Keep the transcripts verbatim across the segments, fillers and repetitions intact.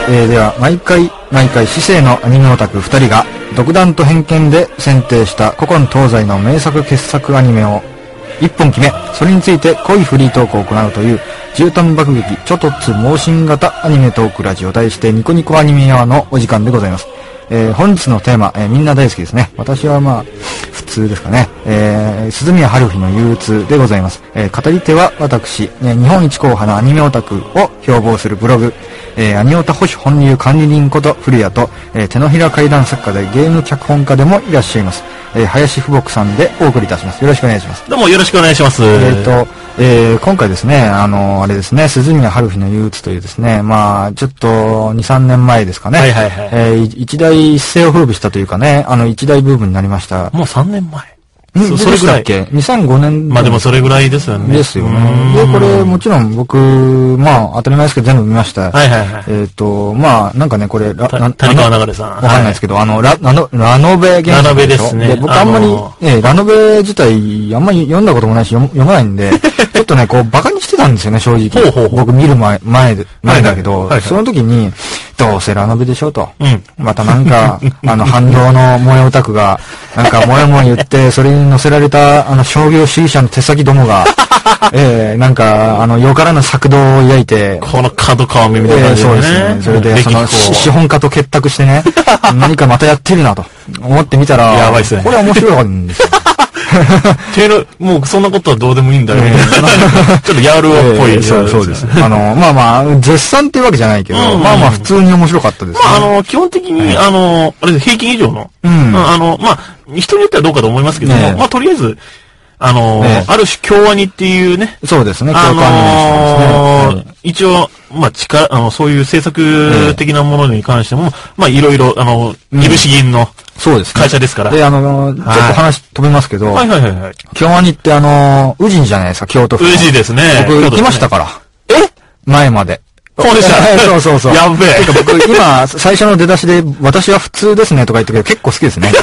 えー、では毎回毎回市政のアニメオタクふたりが独断と偏見で選定した古今東西の名作傑作アニメをいっぽん決め、それについて濃いフリートークを行うという絨毯爆撃ちょとつ猛進型アニメトークラジオ題してニコニコアニメヤーのお時間でございます。えー、本日のテーマ、えー、みんな大好きですね。私はまあ普通ですかね。えー、鈴宮春日の憂鬱でございます。えー、語り手は私、えー、日本一硬派なアニメオタクを標榜するブログ、えー、アニオタ保守本流管理人こと古谷と、えー、手のひら怪談作家でゲーム脚本家でもいらっしゃいます。えー、林富木さんでお送りいたします。よろしくお願いします。 どうもよろしくお願いします。 えーと、えー、今回ですね、あの、あれですね、鈴宮春日の憂鬱というですね、まあ、ちょっと、に、さんねんまえですかね。 はいはいはい。 えー、一大一世を風靡したというかね、あの、一大ブームになりました。 もうさんねんまえ。 そ, それぐらいっけ ?にせんご 年。 まあでもそれぐらいですよね。 ですよね。で、これもちろん僕、まあ当たり前ですけど全部見ました。 はいはいはい。 えっと、まあなんかね、これ、 ラ谷川流さん。 わかんないですけど、はい、あの、ラ、ラノ、ラノベ原作。 ラノベですね。 で、僕あんまり、えー、ラノベ自体あんまり読んだこともないし読まないんで、ちょっとね、こうバカにしてたんですよね、正直。 ほうほうほう僕見る前、前で、前だけど、 はいはいはいはい、 その時に、どうせラノベでしょと。 うん。 またなんか、あの、反動の萌えオタクが、なんか萌え萌え言って、それに乗せられた、あの、商業主義者の手先どもが、えー、なんか、あの、よからぬ策動を抱いて、 この角川耳みたいな感じでね。 えー、そうですね。それで、その、資本家と結託してね、何かまたやってるなと思ってみたら、 やばいっすね。 これは面白いんですよ。 ていうの、もうそんなことはどうでもいいんだよね。ちょっとヤールオっぽい、 えー、そうそうです。あの、まあまあ、絶賛っていうわけじゃないけど、うん、まあまあ普通に面白かったですね。 まああの、基本的に、あの、あれ平均以上の、 うん、 あの、まあ、人によってはどうかと思いますけども、ね、まあとりあえず、あの、ね、ある種京アニっていうね。 そうですね、京アニメーですね。一応、まあ、力、あの、そういう制作的なものに関しても、まあ、いろいろ、あの、いる詩吟の会社ですから。 で、あの、ちょっと話飛びますけど、 はいはいはいはい。 京アニってあの、宇治じゃないですか、京都府。 宇治ですね。 僕行きましたから。 え前まで。 そうでした。 そうそうそう。 やっべえ。 てか僕、今、最初の出だしで、私は普通ですねとか言ったけど、結構好きですね。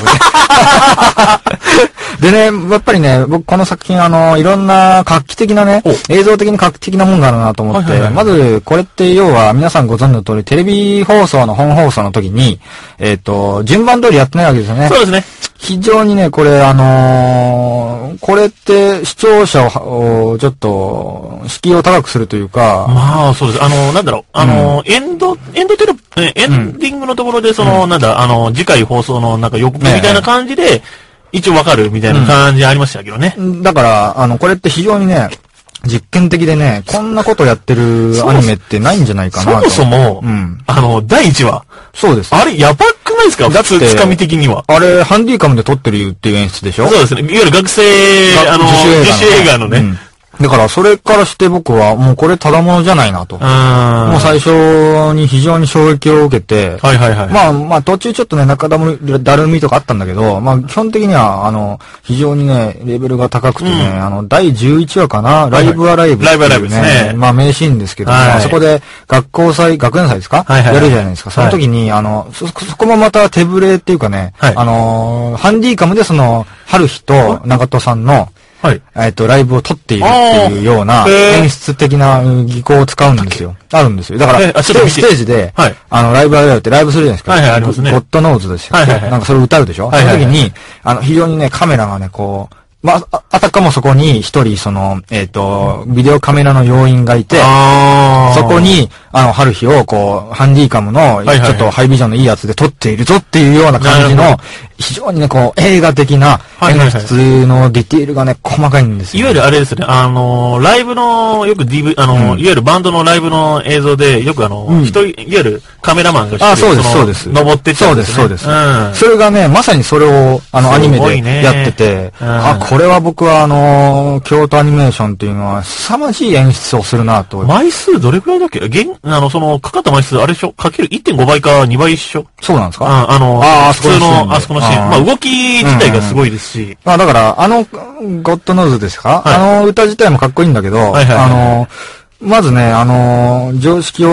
でね、やっぱりね、僕この作品、あの、いろんな画期的なね、映像的に画期的なもんがあるなと思って、まず、これって要は、皆さんご存知の通り、テレビ放送の本放送の時に、えっと、順番通りやってないわけですよね。 そうですね。 非常にね、これ、あのー、これって視聴者を、ちょっと、敷居を高くするというか。 まあ、そうです。あの、なんだろう、あの、うん、エンド、エンドテロ、エンディングのところで、その、うん、なんだ、あの、次回放送のなんか予告みたいな感じで、ね、一応わかるみたいな感じありましたけどね。 うん、だから、あの、これって非常にね、実験的でね、こんなことやってるアニメってないんじゃないかなと。 そもそも、うん、あの、だいいちわ。 そうです。 あれ、やばくないですか？普通、つかみ的には。 あれ、ハンディカムで撮ってるっていう演出でしょ？ そうですね。いわゆる学生、あの、自主映画のね。うんだから、それからして僕は、もうこれただものじゃないなと。もう最初に非常に衝撃を受けて、 はいはいはい。 まあまあ途中ちょっとね、中だるみとかあったんだけど、まあ基本的には、あの、非常にね、レベルが高くてね、うん、あの、だいじゅういちわかな、ライブアライブ、ね。 ライブアライブですね。 まあ名シーンですけど、はい、まあそこで学校祭、学園祭ですか、はいはいはい、やるじゃないですか。その時に、はい、あのそ、そこもまた手ぶれっていうかね、はい、あの、ハンディカムでその、春日と長戸さんの、はい。えっと、ライブを撮っているっていうような演出的な技巧を使うんですよ。あるんですよ。だから、ステージで、はい。あの、ライブアライブってライブするじゃないですか。 はいはい、ありますね。 ゴッドノーズですよ。はいはい。なんかそれを歌うでしょ。はい。その時に、あの、非常にね、カメラがね、こう、まあ、あたかもそこに一人、その、えっと、ビデオカメラの要員がいて、そこに、あの、春日を、こう、ハンディカムの、ちょっとハイビジョンのいいやつで撮っているぞっていうような感じの、非常にね、こう、映画的な演出のディテールがね、細かいんですよ。 いわゆるあれですね、あの、ライブの、よく ディーブイ、あの、うん、いわゆるバンドのライブの映像で、よくあの、一、うん、人、いわゆるカメラマンがしてる、 あ、そうです、そうです。 登ってっちゃうんですね。そうです、そうです。うん。それがね、まさにそれを、あの、アニメでやってて、うん、あ、これは僕はあの、京都アニメーションっていうのは、凄まじい演出をするなと。 枚数どれくらいだっけ？現、あの、その、かかった枚数、あれでしょ？かける いってんご 倍かにばい一緒。 そうなんですか？ あ、あの、あ普通の、あそこのシーン。まあ、動き自体がすごいですし。 まあ、だから、あの、ゴッドノーズですか？あの歌自体もかっこいいんだけど、あの、まずね、あの、常識を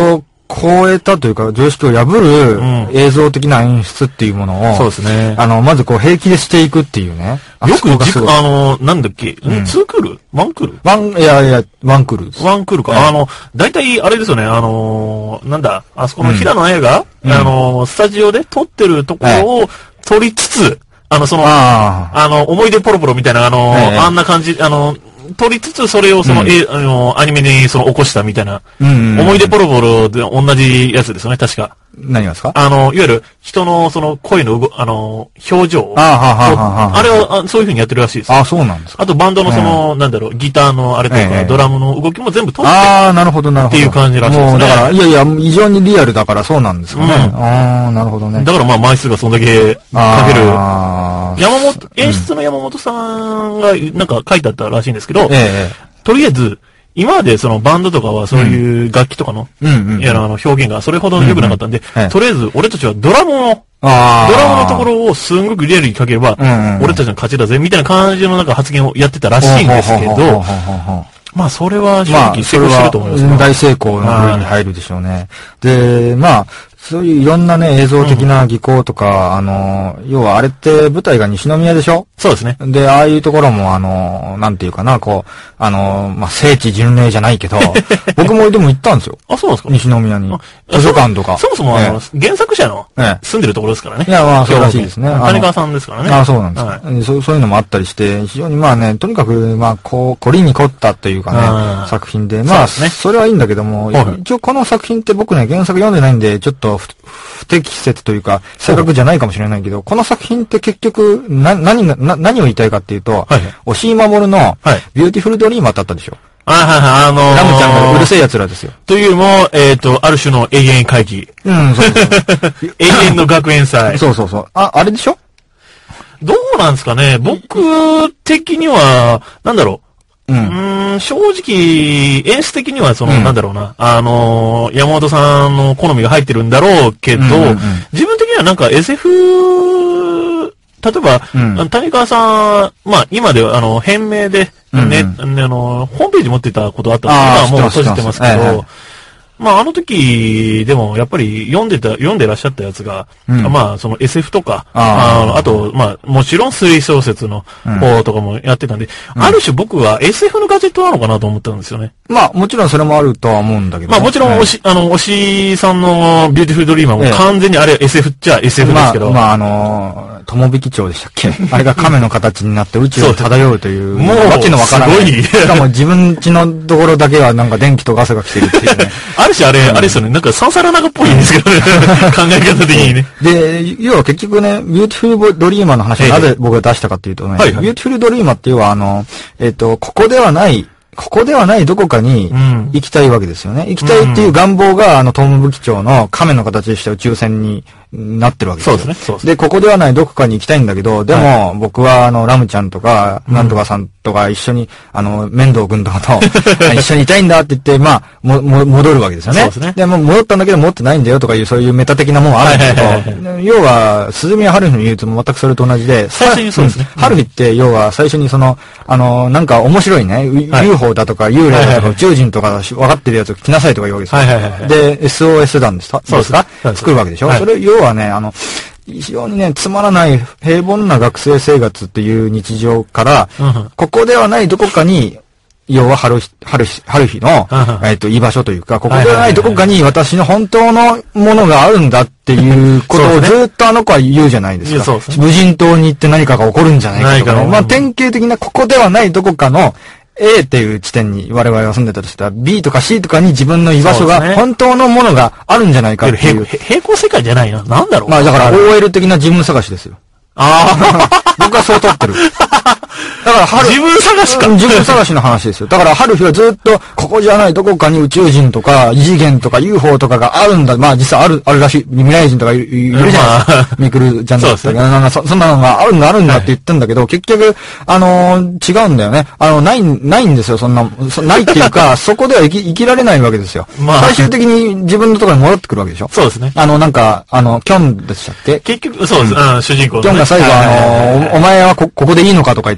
超えたというか、常識を破る映像的な演出っていうものを、 そうですね。 あの、まずこう平気でしていくっていうね。 よくじ、あの、なんだっけ、うん、ツークールワンクールワン、いやいや、ワンクールです。 ワンクールか。はい、あの、大体、あれですよね、あの、なんだ、あそこの平野綾が、うん、あの、スタジオで撮ってるところを撮りつつ、あの、その、あ, あの、思い出ポロポロみたいな、あの、はい、あんな感じ、あの、撮りつつ、それをその、うん、え、あの、アニメにその起こしたみたいな、うんうんうん、思い出ポロポロで同じやつですよね、確か。 何がですか？ あの、いわゆる人のその声の動、あの、表情。 ああ、ははははあれは、そういう風にやってるらしいです。 ああ、そうなんですか。 あとバンドのその、えー、なんだろう、ギターのあれとか、えー、ドラムの動きも全部撮って。 ああ、なるほど、なるほど。 っていう感じらしいですね。もう、 だから、いやいや、異常にリアルだからそうなんですかね。うん、ああ、なるほどね。 だからまあ、枚数がそんだけかける。山本、演出の山本さんが、なんか書いてあったらしいんですけど、えー、とりあえず、今までそのバンドとかはそういう楽器とかの、うん、やらあの表現がそれほど良くなかったんで、うんうん、とりあえず俺たちはドラムの、ドラムのところをすんごくリアルにかければ、うんうん、俺たちの勝ちだぜ、みたいな感じのなんか発言をやってたらしいんですけど、まあそれは正直成功してると思います、 まあ、大成功の部類に入るでしょうね。で、まあ、そういういろんなね、映像的な技巧とか、うん、あの、要はあれって舞台が西宮でしょ？ そうですね。 で、ああいうところもあの、なんていうかな、こう、あの、まあ、聖地巡礼じゃないけど、僕もでも行ったんですよ。 あ、そうなんですか？ 西宮に。図書館とか。 そもそもあの、ええ、原作者の住んでるところですからね。 いや、まあ、そうらしいですね。 谷川さんですからね。 あ、そうなんです、はい、そう。そういうのもあったりして、非常にまあね、とにかく、まあ、こう、凝りに凝ったというかね、作品で、まあ、そ, ね、それはいいんだけども、一応この作品って僕ね、原作読んでないんで、ちょっと不適切というか、正確じゃないかもしれないけど、この作品って結局、な、何が、な、何を言いたいかっていうと、はい、押井守の、はい、ビューティフルドリーマーってあったでしょ。 はいはいはい、あのー、 ラムちゃんがうるせえ奴らですよ。 というよりも、えっ、ー、と、ある種の永遠会議。 うん、そうそうそう。 永遠の学園祭。 そうそうそう。あ、あれでしょ？ どうなんですかね。僕的には、なんだろう。うん、うーん正直、演出的には、その、うん、なんだろうな、あのー、山本さんの好みが入ってるんだろうけど、うんうんうん、自分的にはなんか エスエフ、例えば、うん、谷川さん、まあ、今では、あの、変名で、ね、うんうん、あの、ホームページ持ってたことあったんですけど、今はもう閉じてますけど、まあ、あの時、でも、やっぱり読んでた、読んでらっしゃったやつが、うん、まあ、その エスエフ とか、あ, あと、まあ、もちろん推理小説の方とかもやってたんで、うん、ある種僕は エスエフ のガジェットなのかなと思ったんですよね。 まあ、もちろんそれもあるとは思うんだけど、 ね。まあ、もちろん、おし、あの、推しさんのビューティフルドリーマーも完全にあれ エスエフ っちゃ エスエフ ですけど。 まあ、まあ、あのー、友引町でしたっけあれが亀の形になって宇宙を漂うという、もう、わけのわからない。すごい。しかも自分家のところだけはなんか電気とガスが来てるっていうね。 ある種あれ、うん、あれですよね。なんかサンサラナガっぽいんですけどね。考え方的にね。 で、要は結局ね、ビューティフルドリーマーの話をなぜ僕が出したかっていうとね、はいはい、ビューティフルドリーマーっていうのはあの、えっと、ここではない、ここではないどこかに行きたいわけですよね。うん、行きたいっていう願望が、あの、東武機長の亀の形でした宇宙船になってるわけですよ。 そうですね。そうですね。で、ここではないどこかに行きたいんだけど、でも、はい、僕は、あの、ラムちゃんとか、なんとかさんとか一緒に、あの、面倒くんとかと、一緒にいたいんだって言って、まあ、も、も、戻るわけですよね。そうですね。で、もう戻ったんだけど持ってないんだよとかいう、そういうメタ的なものはあるんだけど、要は、鈴宮春日の言うとも全くそれと同じで、 最初にそうですね。 春日って、要は、最初にその、あの、なんか面白いね、はい、ユーフォー だとか、幽霊だとか、宇宙人とか、分かってるやつを来なさいとか言うわけですよ。はいはいはい。で、エスオーエス 団ですか？そうですか？作るわけでしょ？それ、要はね、あの、非常にね、つまらない平凡な学生生活っていう日常から、うん、ここではないどこかに、要は春日、春日、春日の、うん、えっと、居場所というか、ここではないどこかに私の本当のものがあるんだっていうことをずっとあの子は言うじゃないですか。そうですね、無人島に行って何かが起こるんじゃないかとか、ね。まあ、典型的なここではないどこかの、A っていう地点に我々が住んでたとしたら B とか C とかに自分の居場所が本当のものがあるんじゃないかっていう。 平行世界じゃないな。なんだろう。 まあだから オーエル 的な自分探しですよ。ああ。僕はそう取ってる。だから春、 自分探しか。 自分探しの話ですよ。だから春日はずっと、ここじゃないどこかに宇宙人とか、異次元とか ユーフォー とかがあるんだ。まあ実際ある、あるらしい。未来人とかいるじゃないですか。ミクルちゃんだったり、ね、そ, そんなのがあるんだあるんだって言ってんだけど、はい、結局、あのー、違うんだよね。あの、ない、ないんですよ、そんな、そないっていうか、そこでは生き、生きられないわけですよ。まあ、最終的に自分のところに戻ってくるわけでしょ。 そうですね。 あの、なんか、あの、キョンでしたっけ？ 結局、そうです。うん、主人公、ね。 キョンが最後、あのー、お前はこ、ここでいいのかとか言ってなんか、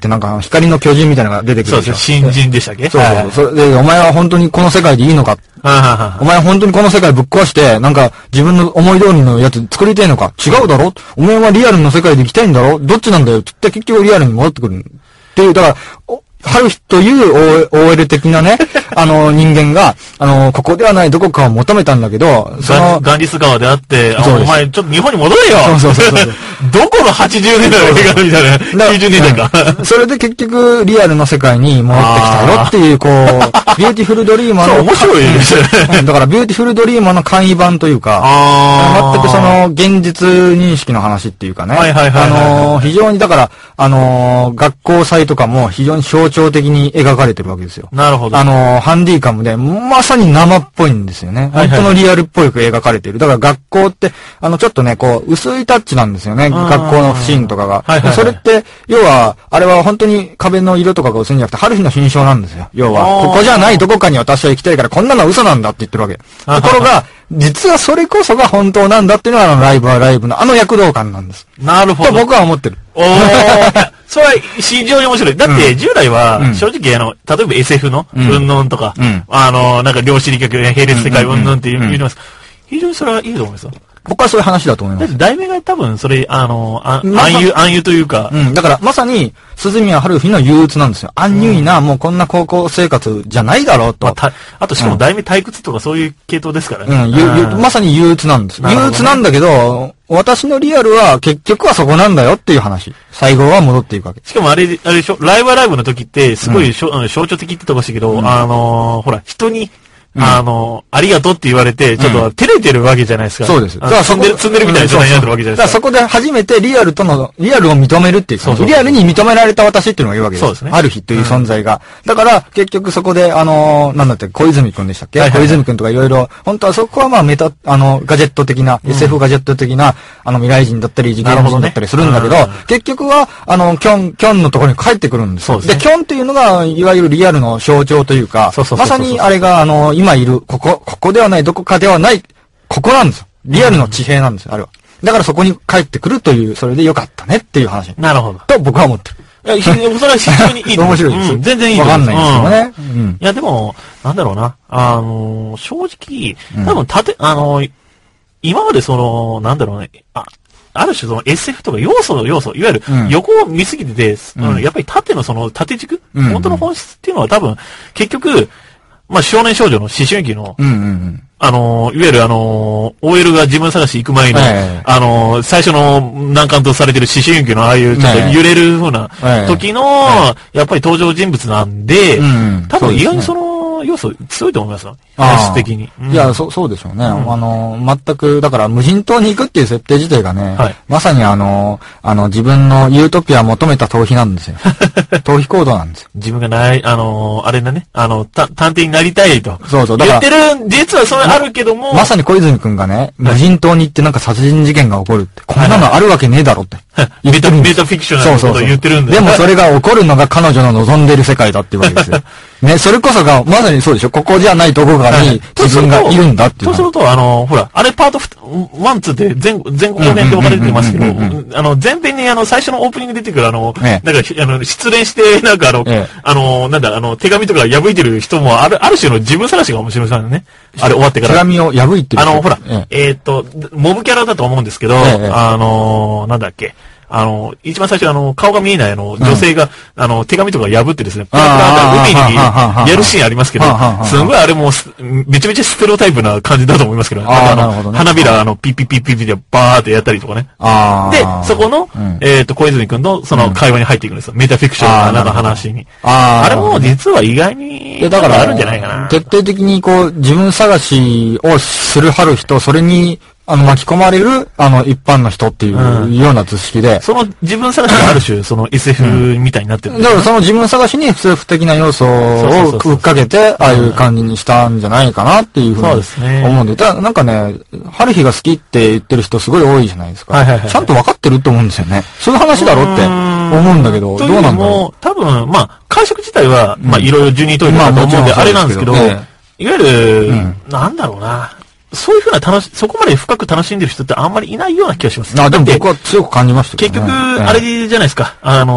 光の巨人みたいなのが出てくるそうです。新人でしたっけ？ そうそう。それで、お前は本当にこの世界でいいのか？お前は本当にこの世界ぶっ壊して、なんか自分の思い通りのやつ作りたいのか？違うだろ？お前はリアルの世界で生きたいんだろ？どっちなんだよって言って結局リアルに戻ってくる。っていう、だから、春日という オーエル 的なね、あの人間が、あの、ここではないどこかを求めたんだけど、 その、ガンリス川であって、あ、お前ちょっと日本に戻れよ。 そうそうそうそう。 どこのはちじゅうねんだいの映画みたいな、きゅうじゅうねんだいか、 うん。それで結局、リアルの世界に戻ってきたよっていう、こう、ビューティフルドリーマーの。 そう、面白いですね。だから、ビューティフルドリーマーの簡易版というか、全くその、現実認識の話っていうかね。 はいはいはい、はい。 あの、非常に、だから、あの、学校祭とかも非常に象徴的に描かれてるわけですよ。 なるほど。 あの、ハンディカムで、まさに生っぽいんですよね。はいはいはい、本当のリアルっぽく描かれている。だから学校って、あの、ちょっとね、こう、薄いタッチなんですよね。学校のシーンとかが。はいはいはい、それって、要は、あれは本当に壁の色とかが薄いんじゃなくて、春日の心象なんですよ。要は、ここじゃないどこかに私は行きたいから、こんなのは嘘なんだって言ってるわけ。ところが、実はそれこそが本当なんだっていうのが、あの、ライブはライブの、あの躍動感なんです。 なるほど。 と僕は思ってる。 おー。それは非常に面白い。だって従来は、正直あの、例えば エスエフ の、うんぬんとか、あの、なんか量子力学、並列世界うんぬんって言います。非常にそれはいいと思いますよ。 僕はそういう話だと思います。 だって題名が多分それ、あの、暗喩、暗喩というか。 うん。だからまさに、鈴宮春日の憂鬱なんですよ。安入意な、もうこんな高校生活じゃないだろうと。 まあ、あとしかも題名退屈とかそういう系統ですからね。 うん。ゆ、ゆ、まさに憂鬱なんです。憂鬱なんだけど、私のリアルは結局はそこなんだよっていう話。最後は戻っていくわけ。 しかもあれ、あれでしょ、ライブはライブの時って、すごいしょ、うん、象徴的って言ってましたけど、うん、あのー、ほら、人に、うん、あの、ありがとうって言われて、ちょっと照れてるわけじゃないですか。 そうです。 だから積んでる、積んでるみたいな状態になってるわけじゃないですか。 だからそこで初めてリアルとの、リアルを認めるっていう。そうそうそうリアルに認められた私っていうのがいるわけです。そうですね。ある日という存在が。うん、だから、結局そこで、あのー、なんだって、小泉くんでしたっけ、はいはいはい、小泉くんとかいろいろ、本当はそこはまあメタ、あの、ガジェット的な、うん、エスエフ ガジェット的な、あの、未来人だったり、次元人だったりするんだけど、どね、結局は、あの、キョン、キョンのところに帰ってくるんですよ。そうですね。で、キョンっていうのが、いわゆるリアルの象徴というか、そうそうそうそうまさにあれが、あの、今いる、ここ、ここではない、どこかではない、ここなんですよ。リアルの地平なんですよ、あれは。だからそこに帰ってくるという、それでよかったねっていう話。 なるほど。 と僕は思ってる。 いや、それは非常にいい。 面白いです、 うん。全然いいです。わかんないですよね。うん。 いや、でも、なんだろうな。あのー、正直、多分、たて、あのー、今までその、なんだろうね。あ、ある種その エスエフ とか要素の要素、いわゆる横を見すぎてて、うん、やっぱり縦のその縦軸、うん、本当の本質っていうのは多分、結局、まあ少年少女の思春期の、うんうんうん、あの、いわゆるあの、オーエル が自分探し行く前の、はいはいはい、あの、最初の難関とされてる思春期のああいうちょっと揺れる風な時の、はいはい、やっぱり登場人物なんで、うんうん、多分意外にその、要素強いと思いますよ。本質的に。 うん、いや、そ、そうでしょうね。うん、あの、全く、だから無人島に行くっていう設定自体がね、はい、まさにあの、あの、自分のユートピアを求めた逃避なんですよ。逃避行動なんですよ。 自分がない、あの、あれだね、あの、た、探偵になりたいと。 そうそう。だから言ってる、実はそれあるけども。 ま、まさに小泉くんがね、無人島に行ってなんか殺人事件が起こるって、こんなのあるわけねえだろって。 メタ、メタフィクショナルなことを言ってるんだよ。でもそれが起こるのが彼女の望んでいる世界だっていうわけですよ。ね、それこそが、まさにそうでしょ。ここじゃないところに自分がいるんだっていう。 そうすると、あの、ほら、あれパートワン、ツーって前、前後編で分かれてますけど、あの、前編にあの、最初のオープニング出てくるあの、ね、なんか、あの、失恋して、なんかあの、ね、あの、なんだ、あの、手紙とか破いてる人も、ある、ある種の自分探しが面白いですよね。あれ終わってから。 手紙を破いてる。 あの、ほら、ええー、っと、モブキャラだと思うんですけど、ええ、あの、なんだっけ。あの、一番最初あの、顔が見えないあの、女性が、うん、あの、手紙とか破ってですね、プラプラ海にやるシーンありますけど、すごいあれも、めちゃめちゃステレオタイプな感じだと思いますけどね。あの、花びら、あの、ピッピッピッピッピッでバーってやったりとかね。で、そこの、うん、えっと、小泉くんのその会話に入っていくんですよ。メタフィクションななんか話に。あ, あれも実は意外に、だからあるんじゃないかな。 徹底的にこう、自分探しをする春人、それに、あの、巻き込まれる、あの、一般の人っていうような図式で。うん、 その自分探しがある種、その エスエフ みたいになってる、 ね。だからその自分探しに エスエフ 的な要素を追っかけて、ああいう感じにしたんじゃないかなっていうふうに思うんで。ただ、なんかね、春日が好きって言ってる人すごい多いじゃないですか。はいはいはい、ちゃんと分かってると思うんですよね。そういう話だろって思うんだけど、どうなんだろう。 多分、まあ、解釈自体は、まあ、いろいろ順に解いてると思うんで、あれなんですけど、いわゆる、なんだろうな。そういうふうな楽し、そこまで深く楽しんでる人ってあんまりいないような気がします。 あ、でも僕は強く感じましたけどね。結局、あれじゃないですか。あの、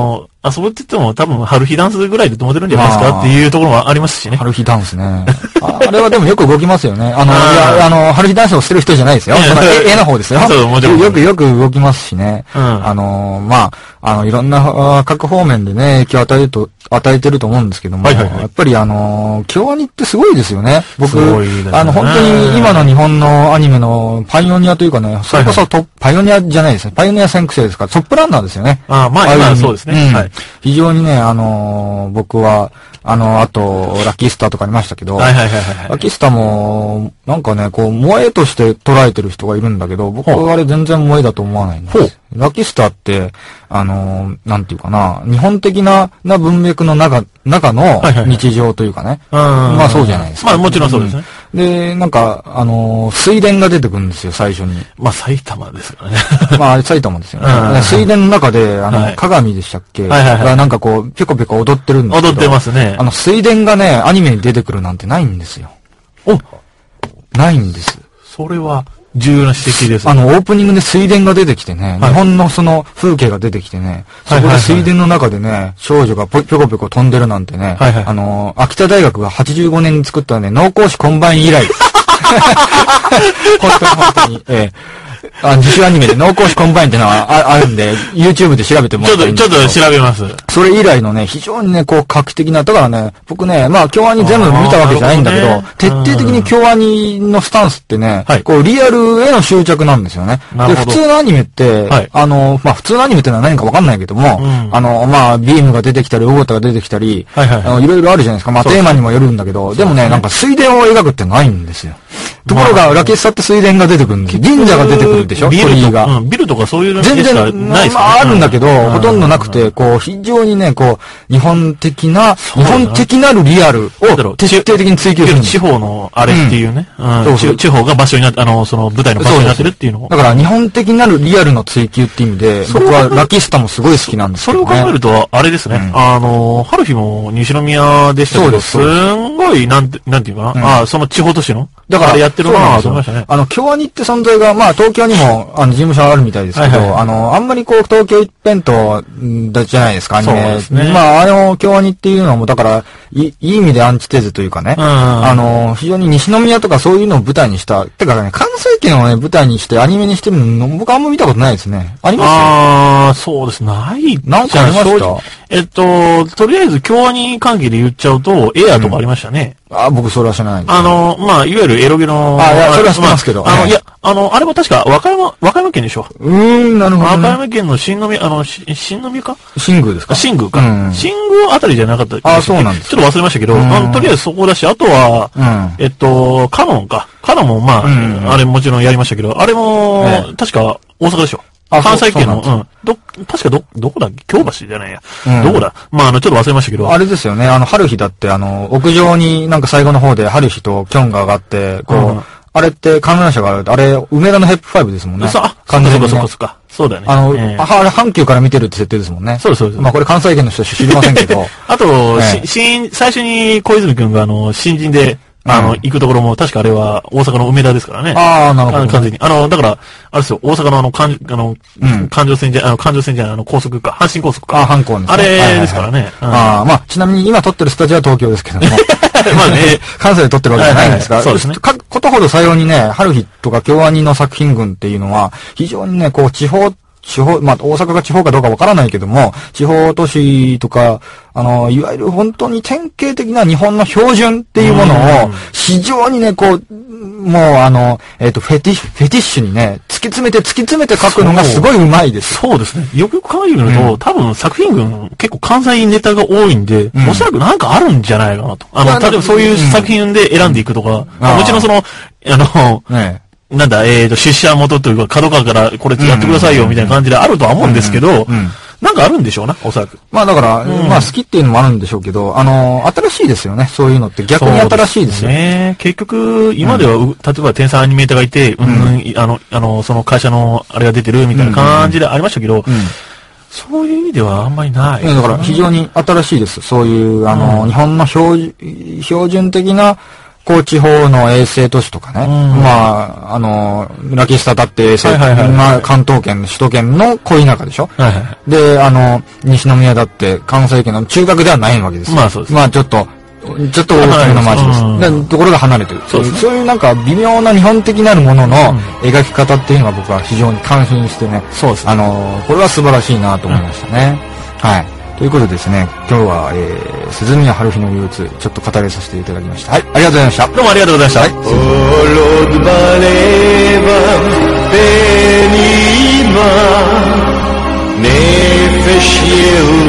遊ぶって言っても多分春日ダンスぐらいで止めてるんじゃないですかっていうところもありますしね。 春日ダンスね。あ, あれはでもよく動きますよね。あの、あいや、あの、春日ダンスをしてる人じゃないですよ。その絵、絵の方ですよ。 そう、もちろん。 よくよく動きますしね。 うん、 あの、まあ、あの、いろんな各方面でね、影響を与えると、与えてると思うんですけども、はいはいはい、やっぱりあの、京アニってすごいですよね。僕、ね、あの、本当に今の日本のアニメのパイオニアというかね、それこそト、はいはい、パイオニアじゃないですね。パイオニア先駆者ですから、トップランナーですよね。 ああ、まあ、今そうですね。 うん、 はい。 非常にね、あの、僕は、あの、あと、ラッキースターとかありましたけど、 はいはいはいはい、 ラッキースターも、なんかね、こう、萌えとして捉えてる人がいるんだけど、僕はあれ全然萌えだと思わないんです。ラッキースターって、あの、なんていうかな、日本的な、な文脈の中、中の日常というかね。はいはいはい、まあそうじゃないですか。 まあもちろんそうですね。 うん、で、なんか、あの、水田が出てくるんですよ、最初に。 まあ埼玉ですからね。 まああれ埼玉ですよね。水田の中で、あの、はい、鏡でしたっけ、はいはいはい、なんかこう、ぴょこぴょこ踊ってるんですけど。 踊ってますね。 あの、水田がね、アニメに出てくるなんてないんですよ。 おないんです。 それは、重要な指摘です。 あの、オープニングで水田が出てきてね、はい、日本のその風景が出てきてね、そこで水田の中でね、少女がぴょこぴょこ飛んでるなんてね、はいはい、あの、秋田大学がはちじゅうごねんに作ったね、農工士コンバイン以来。本当に本当に。ええあ自主アニメで農工士コンバインってのは あ, あるんで、YouTube で調べてもらったらいいんですけど。 ちょっと、ちょっと調べます。 それ以来のね、非常にね、こう、画期的な、だからね、僕ね、まあ、京アニ全部見たわけじゃないんだけど、どね、徹底的に京アニのスタンスってね、はい、こう、リアルへの執着なんですよね。で、普通のアニメって、はい、あの、まあ、普通のアニメってのは何かわかんないけども、うん、あの、まあ、ビームが出てきたり、オータが出てきたり、はいはいはい、あのいろいろあるじゃないですか。まあ、テーマにもよるんだけど、でもね、なんか水田を描くってないんですよ。ところが、ラキスタって水田が出てくるんで、神社が出てくるでしょ、鳥居が。 うん、ビルとかそういうの全然ないですか、ね、まあ、あるんだけど、うん、ほとんどなくて、こう、非常にね、こう、日本的な、日本的なるリアルを徹底的に追求するんです。 地方のあれっていうね、うんうん、そうそう地方が場所になって、あの、その舞台の場所になってるっていうのを。 だから日本的なるリアルの追求っていう意味で、僕はラキスタもすごい好きなんですけど、ね、 それを考えると、あれですね、うん、あの、春日も西宮でしたけど、すんごい、なんて、なんていうかな、うん、ああ、その地方都市の、だからやってるなぁと思いましたね。 あの、京アニって存在が、まあ、東京にも、あの、事務所あるみたいですけど、はいはい、あの、あんまりこう、東京一辺倒じゃないですか、アニメ。そうですね。まあ、あの、京アニっていうのも、だから、いいい意味でアンチテーゼというかね、うん、あの、非常に西宮とかそういうのを舞台にした、てかね、関西圏をね、舞台にしてアニメにしてるの、僕あんま見たことないですね。ありますああ、そうです。ない。 なんかありましたえっと、とりあえず、京アニ関係で言っちゃうと、エアとかありましたね。 うん、あ、僕それは知らない。 あの、まあ、いわゆるエロゲの。 あ、いや、それは知ってますけど。 まあ、あの、いや、あの、あれも確か、和歌山、和歌山県でしょ。 うーん、なるほど、ね。 和歌山県の新宮、あの、新宮か新宮ですか新宮か。うん、新宮あたりじゃなかったっけあ、そうなんです。 ちょっと忘れましたけど、あの、とりあえずそこだし、あとは、うん、えっと、カノンか。カノンも、まあ、うんうんうん、あれもちろんやりましたけど、あれも、ええ、確か、大阪でしょ。関西圏の、うん。ど、確かど、どこだっけ京橋じゃないや。うん、どこだまあ、あの、ちょっと忘れましたけど。 あれですよね。あの、春日だって、あの、屋上になんか最後の方で春日とキョンが上がって、こう、うん、あれって観覧車がある。あれ、梅田のヘップファイブですもんね。 そう、あ、完全にそうかそうか。そうだよね。 あの、えー、あ、あれ、阪急から見てるって設定ですもんね。 そうです、そうです。 まあ、これ関西圏の人は知りませんけど。 あと、えー、新、最初に小泉くんが、あの、新人で、あの、うん、行くところも、確かあれは、大阪の梅田ですからね。 ああ、なるほど。 完全に。あの、だから、あれですよ、大阪のあの、環、あの、うん、環状線じゃ、あの、環状線じゃない、あの、高速か、阪神高速か。 ああ、阪高ですね。 あれですからね。はいはいはい、 ああ、まあ、ちなみに今撮ってるスタジオは東京ですけども。まあね、関西で撮ってるわけじゃないんですが、はいはいはい、そうですね。か、ことほどさようにね、春日とか京アニの作品群っていうのは、非常にね、こう、地方、地方、まあ、大阪が地方かどうかわからないけども、地方都市とか、あの、いわゆる本当に典型的な日本の標準っていうものを、非常にね、こう、もうあの、えっと、フェティッシュ、フェティッシュにね、突き詰めて突き詰めて書くのがすごいうまいです。 そうですね。よくよく考えてみると、うん、多分作品群結構関西ネタが多いんで、うん、おそらくなんかあるんじゃないかなと。あの、例えばそういう作品で選んでいくとか、うん、まあ、もちろんその、あの、ねなんだ、えーと、出社元というか、角川からこれやってくださいよ、みたいな感じであるとは思うんですけど、なんかあるんでしょうな、おそらく。 まあだから、うん、まあ好きっていうのもあるんでしょうけど、あの、新しいですよね、そういうのって。逆に新しいですよね。 結局、今では、うん、例えば天才アニメーターがいて、うん、うん、あの、あの、その会社のあれが出てるみたいな感じでありましたけど、うんうん、そういう意味ではあんまりない。 だから非常に新しいです。そういう、あの、うん、日本の標、標準的な、 高地方の衛星都市とかね。うん、まあ、あの、ラキスタだって衛星、はいはいはい、まあ、関東圏、首都圏の恋中でしょ、はいはい、で、あの、西宮だって関西圏の中核ではないわけですよ。まあそうです。まあちょっと、ちょっと大きめの街です。うん、ところが離れてる。そうですね。そういうなんか微妙な日本的なるものの描き方っていうのが僕は非常に感心してね。そうですね。あの、これは素晴らしいなと思いましたね。うん、はい。ということでですね、今日は、えー、鈴宮春日の憂鬱、ちょっと語りさせていただきました。はい、ありがとうございました。 どうもありがとうございました。はい。 Ne fecheu